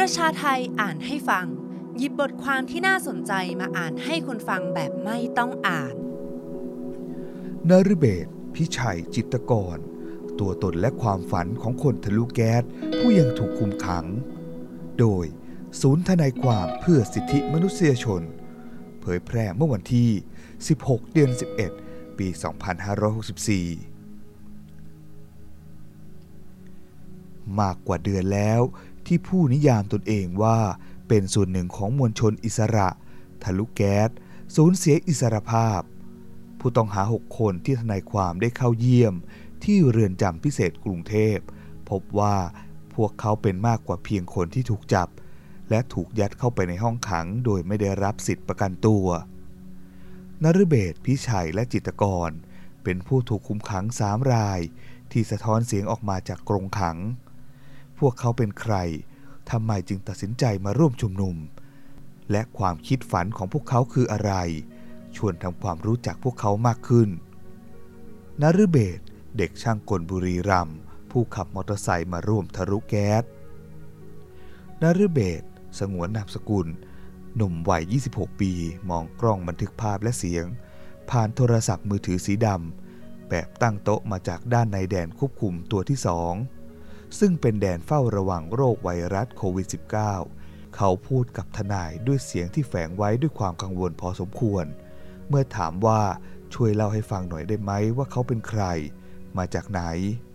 ประชาไทยอ่านให้ฟังหยิบบทความที่น่าสนใจมาอ่านให้คนฟังแบบไม่ต้องอ่านนฤเบศร พิชัย จิตรกรตัวตนและความฝันของคนทะลุแก๊สผู้ยังถูกคุมขังโดยศูนย์ทนายความเพื่อสิทธิมนุษยชนเผยแพร่เมื่อวันที่16 เดือน 11 ปี 2564มากกว่าเดือนแล้วที่ผู้นิยามตนเองว่าเป็นส่วนหนึ่งของมวลชนอิสระทะลุแก๊สสูญเสียอิสรภาพผู้ต้องหา6คนที่ทนายความได้เข้าเยี่ยมที่เรือนจำพิเศษกรุงเทพพบว่าพวกเขาเป็นมากกว่าเพียงคนที่ถูกจับและถูกยัดเข้าไปในห้องขังโดยไม่ได้รับสิทธิประกันตัวนฤเบศร พิชัยและจิตรกรเป็นผู้ถูกคุมขัง3 รายที่สะท้อนเสียงออกมาจากกรงขังพวกเขาเป็นใครทำไมจึงตัดสินใจมาร่วมชุมนุมและความคิดฝันของพวกเขาคืออะไรชวนทำความรู้จักพวกเขามากขึ้นนฤเบศร เด็กช่างกลบุรีรัมย์ผู้ขับมอเตอร์ไซค์มาร่วมทะลุแก๊สนฤเบศร สงวนนามสกุลหนุ่มวัย26 ปีมองกล้องบันทึกภาพและเสียงผ่านโทรศัพท์มือถือสีดำแบบตั้งโต๊ะมาจากด้านในแดนควบคุมตัวที่2ซึ่งเป็นแดนเฝ้าระวังโรคไวรัสโควิด -19 เขาพูดกับทนายด้วยเสียงที่แฝงไว้ด้วยความกังวลพอสมควรเมื่อถามว่าช่วยเล่าให้ฟังหน่อยได้ไหมว่าเขาเป็นใครมาจากไหน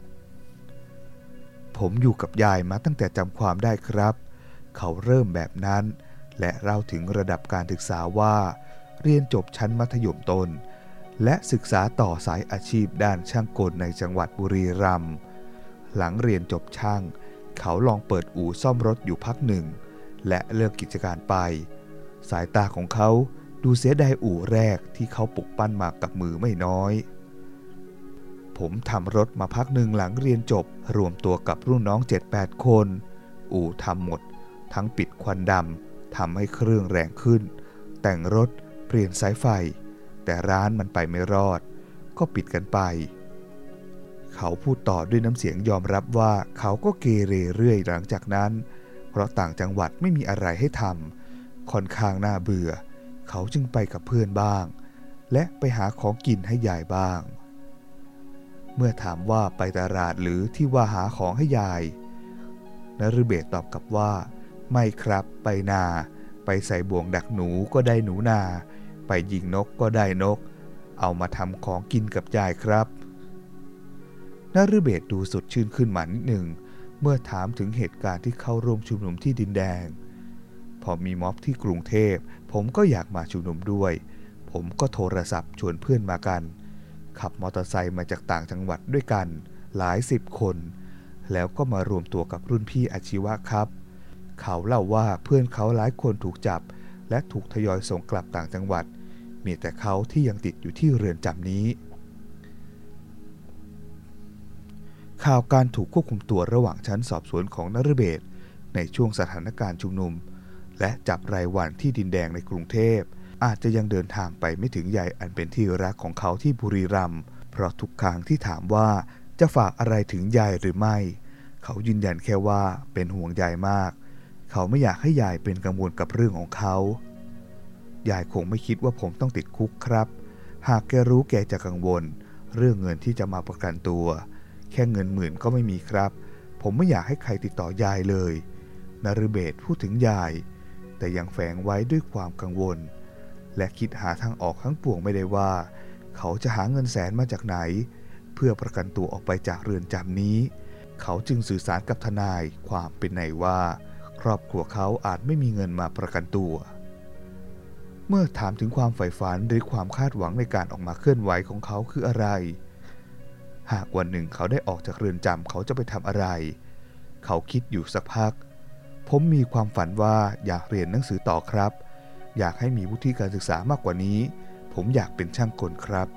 ผมอยู่กับยายมาตั้งแต่จำความได้ครับเขาเริ่มแบบนั้นและเล่าถึงระดับการศึกษาว่าเรียนจบชั้นมัธยมต้นและศึกษาต่อสายอาชีพด้านช่างกลในจังหวัดบุรีรัมย์หลังเรียนจบช่างเขาลองเปิดอู่ซ่อมรถอยู่พักหนึ่งและเลิกกิจการไปสายตาของเขาดูเสียดายอู่แรกที่เขาปลุกปั้นมากับมือไม่น้อยผมทำรถมาพักหนึ่งหลังเรียนจบรวมตัวกับรุ่นน้อง 7-8 คนอู่ทำหมดทั้งปิดควันดำทำให้เครื่องแรงขึ้นแต่งรถเปลี่ยนสายไฟแต่ร้านมันไปไม่รอดก็ปิดกันไปเขาพูดต่อด้วยน้ำเสียงยอมรับว่าเขาก็เกเรเรื่อยหลังจากนั้นเพราะต่างจังหวัดไม่มีอะไรให้ทำค่อนข้างน่าเบื่อเขาจึงไปกับเพื่อนบ้างและไปหาของกินให้ยายบ้างเมื่อถามว่าไปตลาดหรือที่ว่าหาของให้ยายนฤเบศรตอบกลับว่าไม่ครับไปนาไปใส่บ่วงดักหนูก็ได้หนูนาไปยิงนกก็ได้นกเอามาทำของกินกับยายครับนฤเบศรดูสดชื่นขึ้นมานิดหนึ่งเมื่อถามถึงเหตุการณ์ที่เข้าร่วมชุมนุมที่ดินแดงพอมีม็อบที่กรุงเทพผมก็อยากมาชุมนุมด้วยผมก็โทรศัพท์ชวนเพื่อนมากันขับมอเตอร์ไซค์มาจากต่างจังหวัดด้วยกันหลาย10 คนแล้วก็มารวมตัวกับรุ่นพี่อาชีวะครับเขาเล่าว่าเพื่อนเขาหลายคนถูกจับและถูกทยอยส่งกลับต่างจังหวัดมีแต่เขาที่ยังติดอยู่ที่เรือนจำนี้ข่าวการถูกควบคุมตัวระหว่างชั้นสอบสวนของนฤเบศรในช่วงสถานการณ์ชุมนุมและจับรายวันที่ดินแดงในกรุงเทพอาจจะยังเดินทางไปไม่ถึงยายอันเป็นที่รักของเขาที่บุรีรัมย์เพราะทุกครั้งที่ถามว่าจะฝากอะไรถึงยายหรือไม่เขายืนยันแค่ว่าเป็นห่วงยายมากเขาไม่อยากให้ยายเป็นกังวลกับเรื่องของเขายายคงไม่คิดว่าผมต้องติดคุกครับหากแกรู้แกจะกังวลเรื่องเงินที่จะมาประกันตัวแค่เงิน10,000ก็ไม่มีครับผมไม่อยากให้ใครติดต่อยายเลยนฤเบศรพูดถึงยายแต่ยังแฝงไว้ด้วยความกังวลและคิดหาทางออกทั้งปวงไม่ได้ว่าเขาจะหาเงินแสนมาจากไหนเพื่อประกันตัวออกไปจากเรือนจำนี้เขาจึงสื่อสารกับทนายความเป็นในว่าครอบครัวเขาอาจไม่มีเงินมาประกันตัวเมื่อถามถึงความใฝ่ฝันหรือความคาดหวังในการออกมาเคลื่อนไหวของเขาคืออะไรหากวันหนึ่งเขาได้ออกจากเรือนจำเขาจะไปทำอะไรเขาคิดอยู่สักพักผมมีความฝันว่าอยากเรียนหนังสือต่อครับอยากให้มีวุฒิการศึกษามากกว่านี้ผมอยากเป็นช่างกลครับ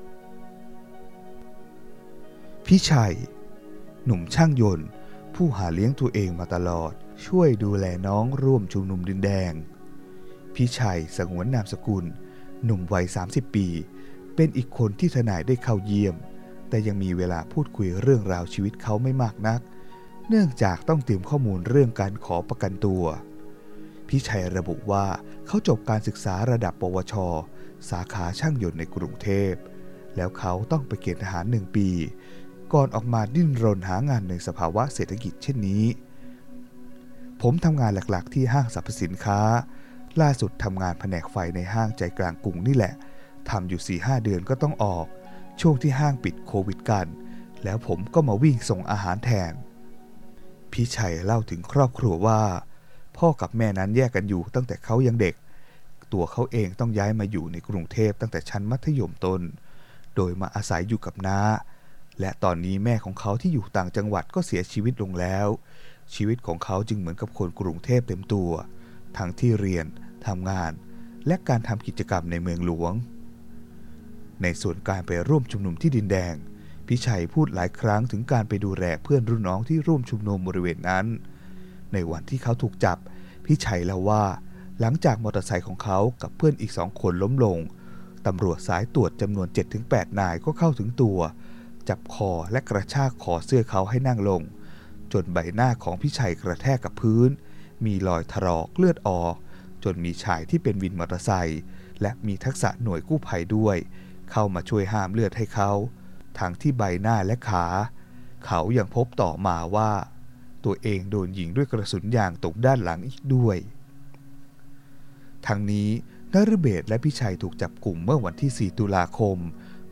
พิชัยหนุ่มช่างยนต์ผู้หาเลี้ยงตัวเองมาตลอดช่วยดูแลน้องร่วมชุมนุมดินแดงพิชัยสงวนนามสกุลหนุ่มวัย30 ปีเป็นอีกคนที่ทนายได้เข้าเยี่ยมแต่ยังมีเวลาพูดคุยเรื่องราวชีวิตเขาไม่มากนักเนื่องจากต้องเตรียมข้อมูลเรื่องการขอประกันตัวพี่ชัยระบุว่าเขาจบการศึกษาระดับปวชสาขาช่างยนต์ในกรุงเทพแล้วเขาต้องไปเกณฑ์ทหาร1 ปีก่อนออกมาดิ้นรนหางานในสภาวะเศรษฐกิจเช่นนี้ผมทำงานหลักๆที่ห้างสรรพสินค้าล่าสุดทำงานแผนกไฟในห้างใจกลางกรุงนี่แหละทำอยู่ 4-5 เดือนก็ต้องออกช่วงที่ห้างปิดโควิดกันแล้วผมก็มาวิ่งส่งอาหารแทนพี่ชัยเล่าถึงครอบครัวว่าพ่อกับแม่นั้นแยกกันอยู่ตั้งแต่เขายังเด็กตัวเขาเองต้องย้ายมาอยู่ในกรุงเทพตั้งแต่ชั้นมัธยมต้นโดยมาอาศัยอยู่กับน้าและตอนนี้แม่ของเขาที่อยู่ต่างจังหวัดก็เสียชีวิตลงแล้วชีวิตของเขาจึงเหมือนกับคนกรุงเทพเต็มตัวทั้งที่เรียนทำงานและการทำกิจกรรมในเมืองหลวงในส่วนการไปร่วมชุมนุมที่ดินแดงพี่ชัยพูดหลายครั้งถึงการไปดูแลเพื่อนรุ่นน้องที่ร่วมชุมนุมบริเวณนั้นในวันที่เขาถูกจับพี่ชัยเล่าว่าหลังจากมอเตอร์ไซค์ของเขากับเพื่อนอีก2 คนล้มลงตำรวจสายตรวจจำนวน 7-8 นายก็เข้าถึงตัวจับคอและกระชากคอเสื้อเขาให้นั่งลงจนใบหน้าของพี่ชัยกระแทกกับพื้นมีรอยถลอกเลือดออกจนมีชายที่เป็นวินมอเตอร์ไซค์และมีทักษะหน่วยกู้ภัยด้วยเข้ามาช่วยห้ามเลือดให้เขาทั้งที่ใบหน้าและขาเขายังพบต่อมาว่าตัวเองโดนยิงด้วยกระสุนยางตกด้านหลังอีกด้วยทั้งนี้นฤเบศรและพี่ชัยถูกจับกลุ่มเมื่อวันที่ 4 ตุลาคม ปี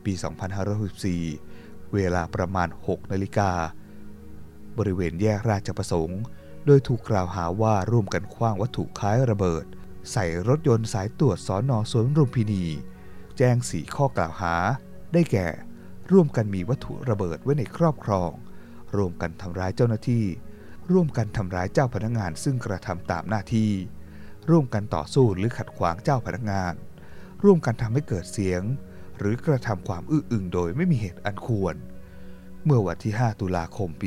2564 เวลาประมาณ 6 นาฬิกาบริเวณแยกราชประสงค์โดยถูกกล่าวหาว่าร่วมกันขว้างวัตถุคล้ายระเบิดใส่รถยนต์สายตรวจสน.สวนลุมพินีแจ้ง4 ข้อกล่าวหาได้แก่ร่วมกันมีวัตถุระเบิดไว้ในครอบครองร่วมกันทำร้ายเจ้าหน้าที่ร่วมกันทำร้ายเจ้าพนักงานซึ่งกระทำตามหน้าที่ร่วมกันต่อสู้หรือขัดขวางเจ้าพนักงานร่วมกันทำให้เกิดเสียงหรือกระทำความอื้ออึงโดยไม่มีเหตุอันควรเมื่อวันที่ 5 ตุลาคม ปี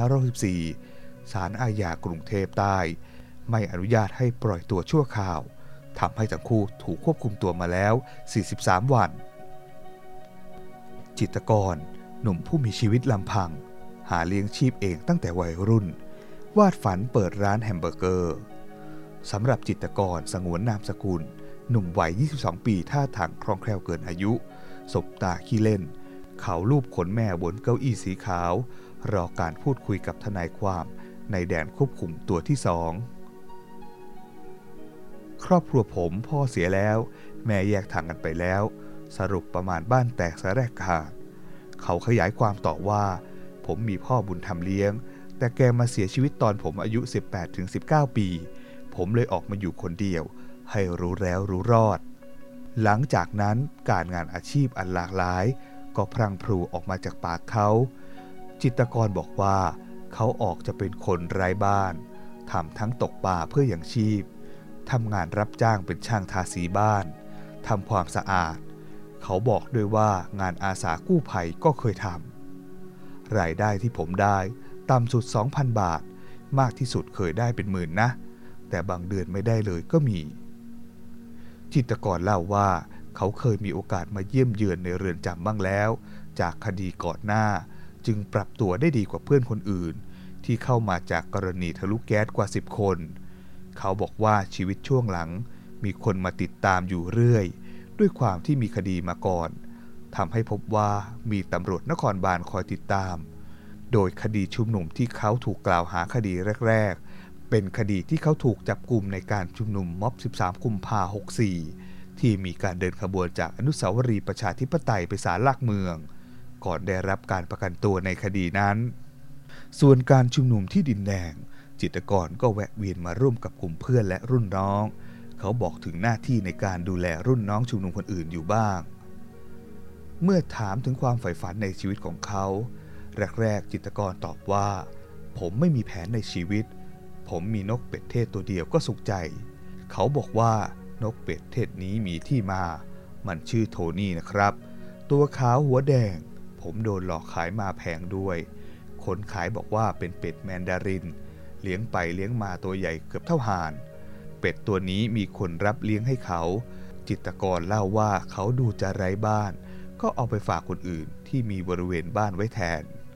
2564 ศาลอาญากรุงเทพใต้ไม่อนุญาตให้ปล่อยตัวชั่วคราวทำให้ทั้งคู่ถูกควบคุมตัวมาแล้ว 43 วันจิตรกรหนุ่มผู้มีชีวิตลำพังหาเลี้ยงชีพเองตั้งแต่วัยรุ่นวาดฝันเปิดร้านแฮมเบอร์เกอร์สำหรับจิตรกรสงวนนามสกุลหนุ่มวัย 22 ปีท่าทางคล่องแคล่วเกินอายุสบตาขี้เล่นเขาลูบขนแม่บนเก้าอี้สีขาวรอการพูดคุยกับทนายความในแดนควบคุมตัวที่ 2ครอบครัวผมพ่อเสียแล้วแม่แยกทางกันไปแล้วสรุปประมาณบ้านแตกสะแรกขาดเขาขยายความต่อว่าผมมีพ่อบุญธรรมเลี้ยงแต่แกมาเสียชีวิตตอนผมอายุ 18-19 ปีผมเลยออกมาอยู่คนเดียวให้รู้แล้วรู้รอดหลังจากนั้นการงานอาชีพอันหลากหลายก็พรั่งพรูออกมาจากปากเขาจิตรกรบอกว่าเขาออกจะเป็นคนไร้บ้านทำทั้งตกปลาเพื่ออย่างชีพทำงานรับจ้างเป็นช่างทาสีบ้านทำความสะอาดเขาบอกด้วยว่างานอาสากู้ภัยก็เคยทำรายได้ที่ผมได้ต่ำสุด 2,000 บาทมากที่สุดเคยได้เป็นหมื่นนะแต่บางเดือนไม่ได้เลยก็มีจิตรกรเล่าว่าเขาเคยมีโอกาสมาเยี่ยมเยือนในเรือนจำบ้างแล้วจากคดีก่อนหน้าจึงปรับตัวได้ดีกว่าเพื่อนคนอื่นที่เข้ามาจากกรณีทะลุแก๊สกว่า10 คนเขาบอกว่าชีวิตช่วงหลังมีคนมาติดตามอยู่เรื่อยด้วยความที่มีคดีมาก่อนทำให้พบว่ามีตำรวจนครบาลคอยติดตามโดยคดีชุมนุมที่เขาถูกกล่าวหาคดีแรกๆเป็นคดีที่เขาถูกจับกุมในการชุมนุมม็อบ 13 กุมภาพันธ์ 64 ที่มีการเดินขบวนจากอนุสาวรีย์ประชาธิปไตยไปศาลหลักเมืองก่อนได้รับการประกันตัวในคดีนั้นส่วนการชุมนุมที่ดินแดงจิตรกรก็แวะเวียนมาร่วมกับกลุ่มเพื่อนและรุ่นน้องเขาบอกถึงหน้าที่ในการดูแลรุ่นน้องชุมนุมคนอื่นอยู่บ้างเมื่อถามถึงความใฝ่ฝันในชีวิตของเขาแรกๆจิตรกรตอบว่าผมไม่มีแผนในชีวิตผมมีนกเป็ดเทศตัวเดียวก็สุขใจเขาบอกว่านกเป็ดเทศนี้มีที่มามันชื่อโทนี่นะครับตัวขาวหัวแดงผมโดนหลอกขายมาแพงด้วยคนขายบอกว่าเป็นเป็ดแมนดารินเลี้ยงไปเลี้ยงมาตัวใหญ่เกือบเท่าห่านเป็ดตัวนี้มีคนรับเลี้ยงให้เขาจิตรกรเล่าว่าเขาดูจะไร้บ้านก็เอาไปฝากคนอื่นที่มีบริเวณบ้านไว้แทน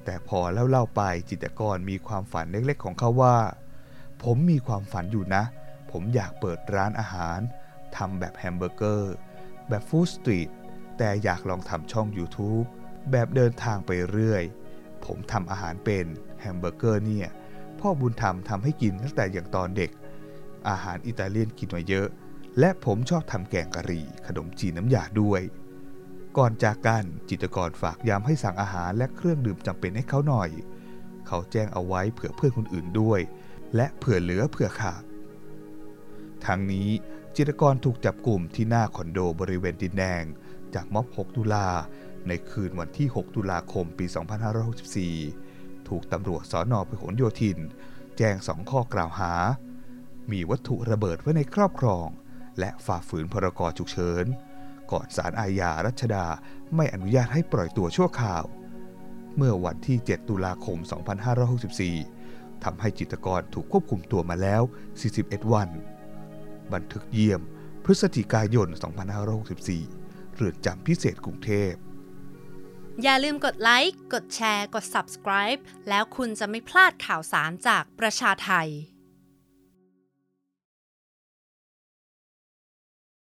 แต่พอเล่าไปจิตรกรมีความฝันเล็กๆของเขาว่าผมมีความฝันอยู่นะผมอยากเปิดร้านอาหารทำแบบแฮมเบอร์เกอร์แบบฟู้ดสตรีทแต่อยากลองทำช่อง YouTube แบบเดินทางไปเรื่อยผมทำอาหารเป็นแฮมเบอร์เกอร์เนี่ยพ่อบุญธรรมทำให้กินตั้งแต่อย่างตอนเด็กอาหารอิตาเลียนกินมาเยอะและผมชอบทำแกงกะหรี่ขนมจีนน้ำยาด้วยก่อนจากกันจิตรกรฝากย้ำให้สั่งอาหารและเครื่องดื่มจำเป็นให้เขาหน่อยเขาแจ้งเอาไว้เผื่อเพื่อนคนอื่นด้วยและเผื่อเหลือเผื่อขาดทั้งนี้จิตรกรถูกจับกลุ่มที่หน้าคอนโดบริเวณดินแดงจากม็อบ 6 ตุลาในคืนวันที่ 6 ตุลาคม ปี 2564 ถูกตำรวจสน.พหลโยธินแจ้ง2 ข้อกล่าวหามีวัตถุระเบิดไว้ในครอบครองและฝ่าฝืนพรก.ฉุกเฉินก่อนศาลอาญารัชดาไม่อนุญาตให้ปล่อยตัวชั่วคราวเมื่อวันที่ 7 ตุลาคม 2564 ทำให้จิตรกรถูกควบคุมตัวมาแล้ว 41 วันบันทึกเยี่ยมพฤศจิกายน 2564 เรือนจำพิเศษกรุงเทพอย่าลืมกดไลค์ กดแชร์ กด Subscribe แล้วคุณจะไม่พลาดข่าวสารจากประชาไท